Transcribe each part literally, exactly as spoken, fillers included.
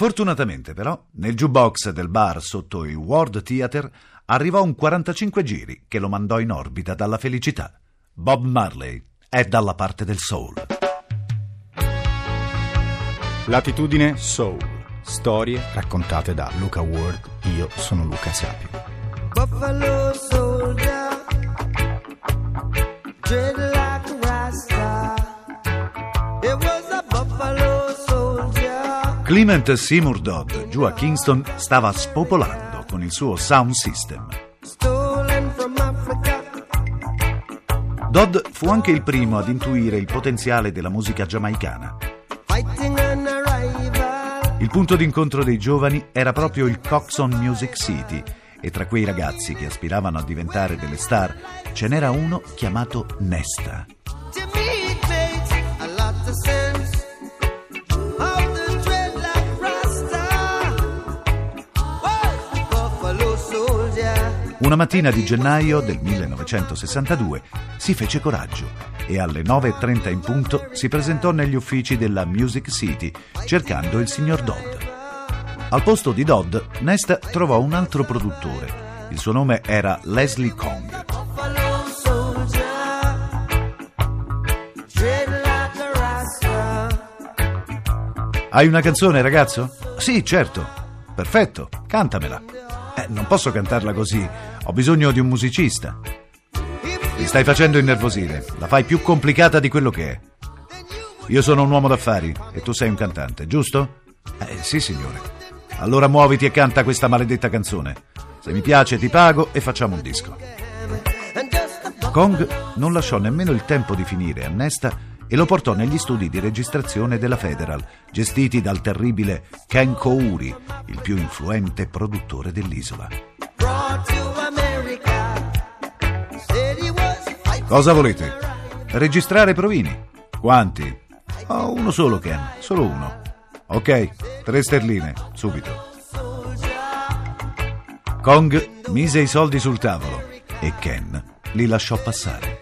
Fortunatamente però, nel jukebox del bar sotto il World Theatre arrivò un quarantacinque giri che lo mandò in orbita dalla felicità. Bob Marley è dalla parte del soul. Latitudine Soul. Storie raccontate da Luca Ward. Io sono Luca Sapio. Buffalo soldier, tread like a rasta. It was a buffalo soldier. Clement Seymour Dodd, giù a Kingston, stava spopolando con il suo sound system. Stolen from Africa. Dodd fu anche il primo ad intuire il potenziale della musica giamaicana. Fighting an arrival. Il punto d'incontro dei giovani era proprio il Coxon Music City, e tra quei ragazzi che aspiravano a diventare delle star ce n'era uno chiamato Nesta. To me it makes a lot of sense. How the tread like rasta. Oh, buffalo soldier. Una mattina di gennaio del millenovecentosessantadue si fece coraggio e alle nove e trenta in punto si presentò negli uffici della Music City cercando il signor Dodd. Al posto di Dodd, Nesta trovò un altro produttore. Il suo nome era Leslie Kong. Buffalo soldier. Tread like a rasta. Hai una canzone, ragazzo? Sì, certo. Perfetto, cantamela. Eh, non posso cantarla così. Ho bisogno di un musicista. Mi stai facendo innervosire. La fai più complicata di quello che è. Io sono un uomo d'affari e tu sei un cantante, giusto? Eh, sì, signore. Allora muoviti e canta questa maledetta canzone. Se mi piace ti pago e facciamo un disco. Kong non lasciò nemmeno il tempo di finire a Nesta e lo portò negli studi di registrazione della Federal, gestiti dal terribile Ken Kouri, il più influente produttore dell'isola. Cosa volete? Registrare provini? Quanti? Oh, uno solo, Ken, solo uno. Ok, tre sterline, subito. Kong mise i soldi sul tavolo e Ken li lasciò passare.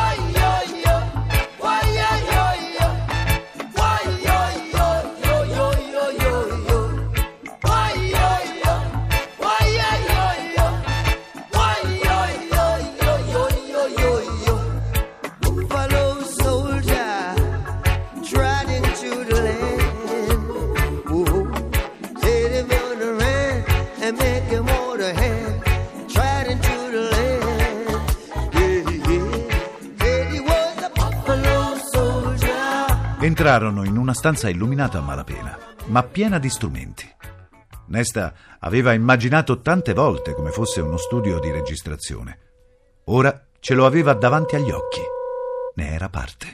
Entrarono in una stanza illuminata a malapena, ma piena di strumenti. Nesta aveva immaginato tante volte come fosse uno studio di registrazione. Ora ce lo aveva davanti agli occhi. Ne era parte.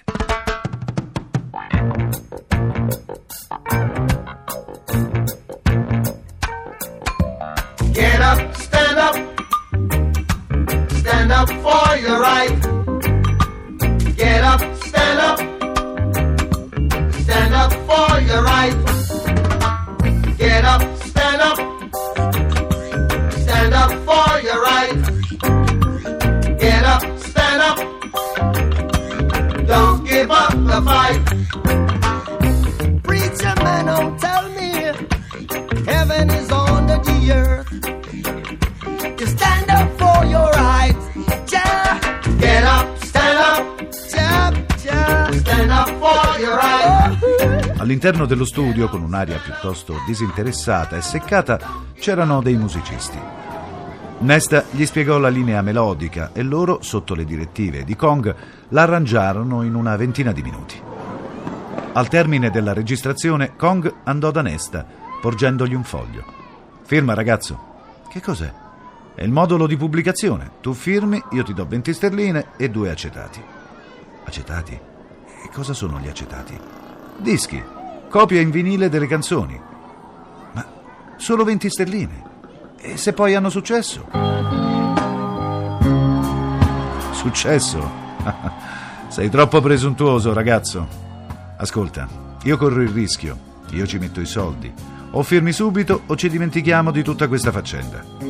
Get up, stand up. Stand up for your right. Get up, stand up. Stand up for your right. Get up, stand up. Stand up for your right. Get up, stand up. Don't give up the fight. Preacher man, don't tell me heaven is under the earth. You stand up for your right. Yeah. Get up, stand up. Yeah, yeah. Stand up for your right. All'interno dello studio, con un'aria piuttosto disinteressata e seccata, c'erano dei musicisti. Nesta gli spiegò la linea melodica e loro, sotto le direttive di Kong, la arrangiarono in una ventina di minuti. Al termine della registrazione, Kong andò da Nesta, porgendogli un foglio. Firma, ragazzo. Che cos'è? È il modulo di pubblicazione. Tu firmi, io ti do venti sterline e due acetati. Acetati? E cosa sono gli acetati? Dischi, copia in vinile delle canzoni. Ma solo venti sterline. E se poi hanno successo? Successo? Sei troppo presuntuoso, ragazzo. Ascolta, io corro il rischio, io ci metto i soldi. O firmi subito o ci dimentichiamo di tutta questa faccenda.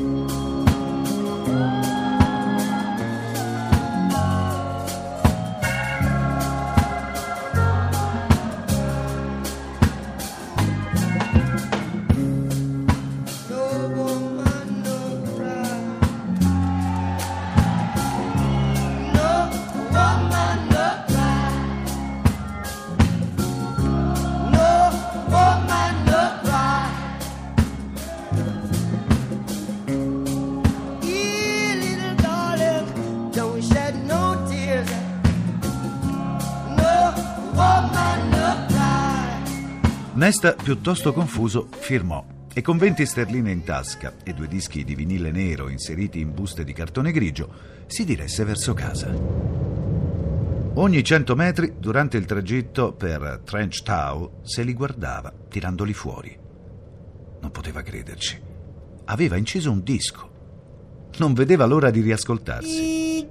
Nesta, piuttosto confuso, firmò e con venti sterline in tasca e due dischi di vinile nero inseriti in buste di cartone grigio si diresse verso casa. Ogni cento metri durante il tragitto per Trench Town se li guardava tirandoli fuori. Non poteva crederci. Aveva inciso un disco. Non vedeva l'ora di riascoltarsi.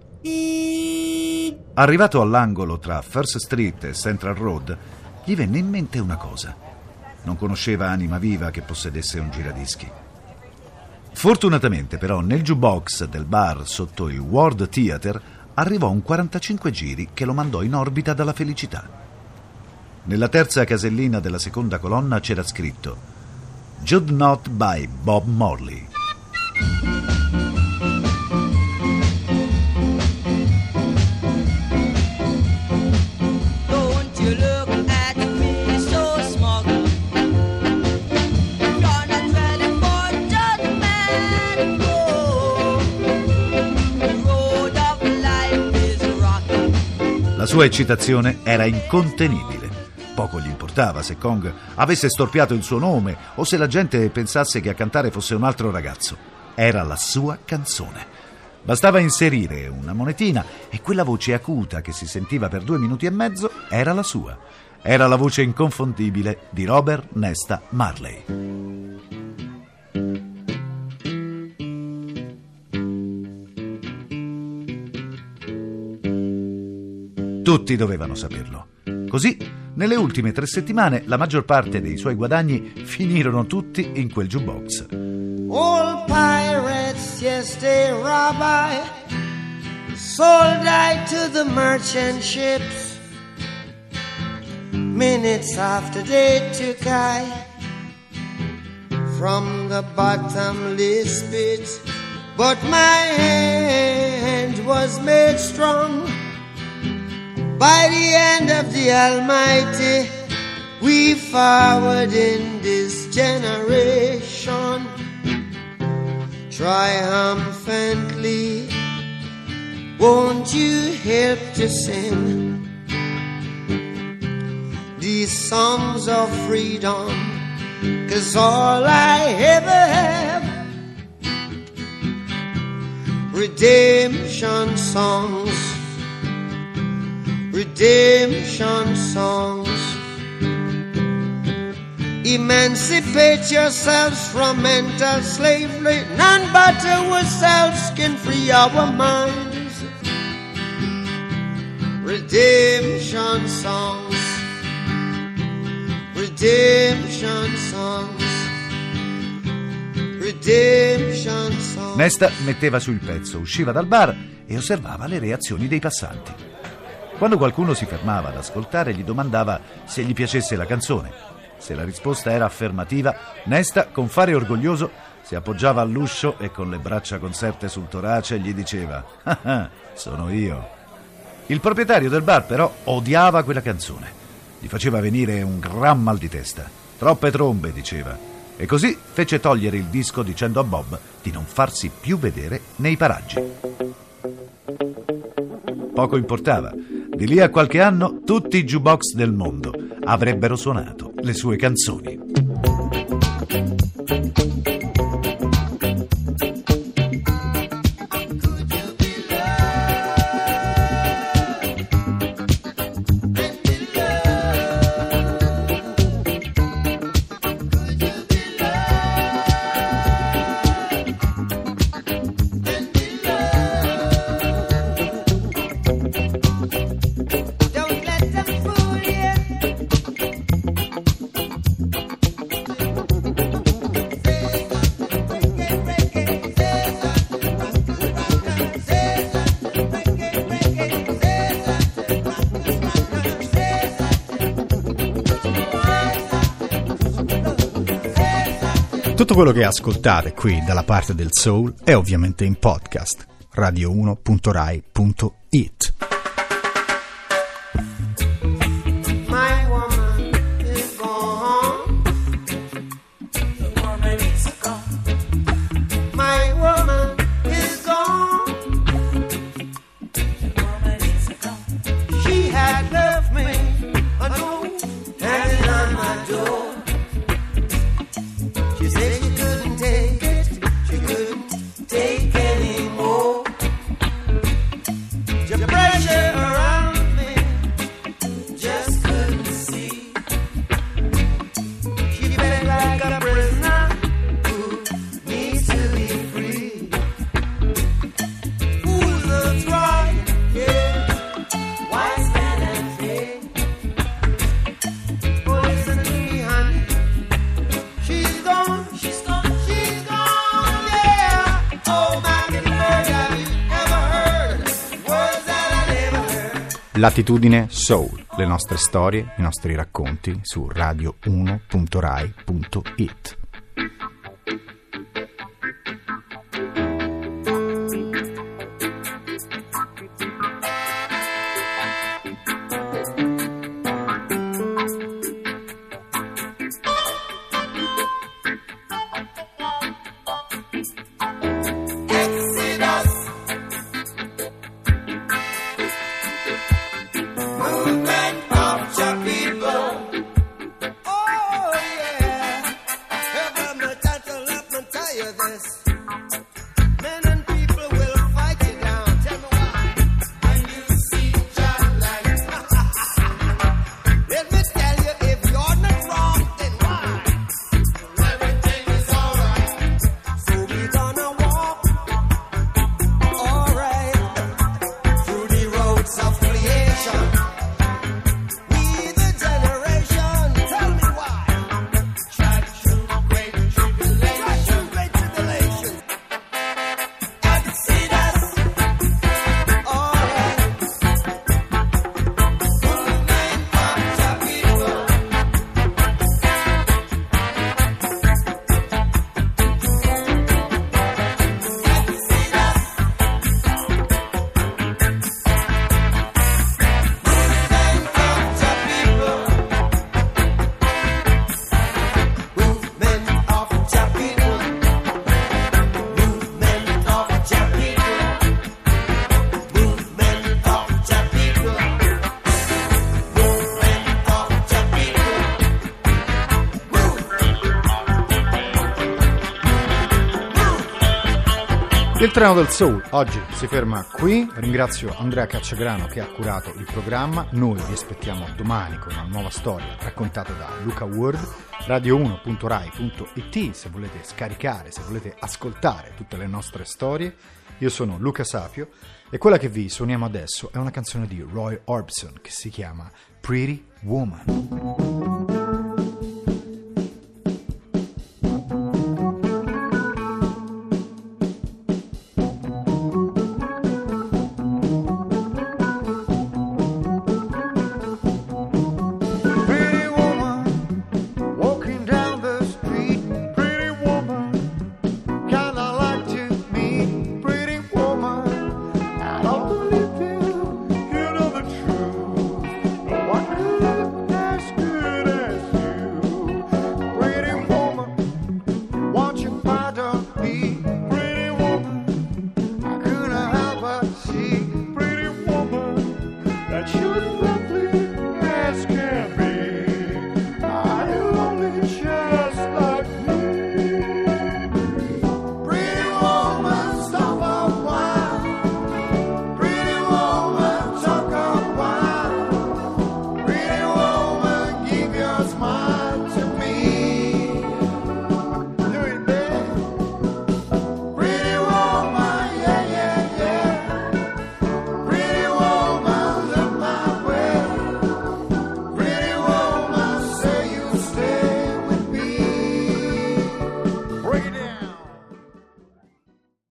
Arrivato all'angolo tra First Street e Central Road, gli venne in mente una cosa. Non conosceva anima viva che possedesse un giradischi. Fortunatamente, però, nel jukebox del bar sotto il World Theatre arrivò un quarantacinque giri che lo mandò in orbita dalla felicità. Nella terza casellina della seconda colonna c'era scritto Jude Not by Bob Marley. La sua eccitazione era incontenibile. Poco gli importava se Kong avesse storpiato il suo nome o se la gente pensasse che a cantare fosse un altro ragazzo. Era la sua canzone. Bastava inserire una monetina e quella voce acuta che si sentiva per due minuti e mezzo era la sua. Era la voce inconfondibile di Robert Nesta Marley. Tutti dovevano saperlo. Così, nelle ultime tre settimane, la maggior parte dei suoi guadagni finirono tutti in quel jukebox. Old pirates, yes, they rob I, sold I to the merchant ships. Minutes after they took I from the bottomless pit, but my hand was made strong by the hand of the Almighty. We forward in this generation triumphantly. Won't you help to sing these songs of freedom? 'Cause all I ever have, redemption songs, redemption songs. Emancipate yourselves from mental slavery. None but ourselves can free our minds. Redemption songs, redemption songs, redemption songs. Nesta metteva su il pezzo, usciva dal bar e osservava le reazioni dei passanti. Quando qualcuno si fermava ad ascoltare, gli domandava se gli piacesse la canzone. Se la risposta era affermativa, Nesta, con fare orgoglioso, si appoggiava all'uscio e con le braccia conserte sul torace gli diceva: ah ah, sono io. Il proprietario del bar però odiava quella canzone. Gli faceva venire un gran mal di testa. Troppe trombe, diceva. E così fece togliere il disco dicendo a Bob di non farsi più vedere nei paraggi. Poco importava. Di lì a qualche anno tutti i jukebox del mondo avrebbero suonato le sue canzoni. Tutto quello che ascoltate qui dalla parte del soul è ovviamente in podcast. radio uno punto rai punto it. My woman is gone. The woman is gone. My woman is gone. The woman is gone. She had left me alone, hanging on my door. Latitudine Soul, le nostre storie, i nostri racconti su radio uno punto rai punto it. Il treno del Soul oggi si ferma qui. Ringrazio Andrea Cacciagrano che ha curato il programma. Noi vi aspettiamo domani con una nuova storia raccontata da Luca Ward. radio uno punto rai punto it se volete scaricare, se volete ascoltare tutte le nostre storie. Io sono Luca Sapio e quella che vi suoniamo adesso è una canzone di Roy Orbison che si chiama Pretty Woman.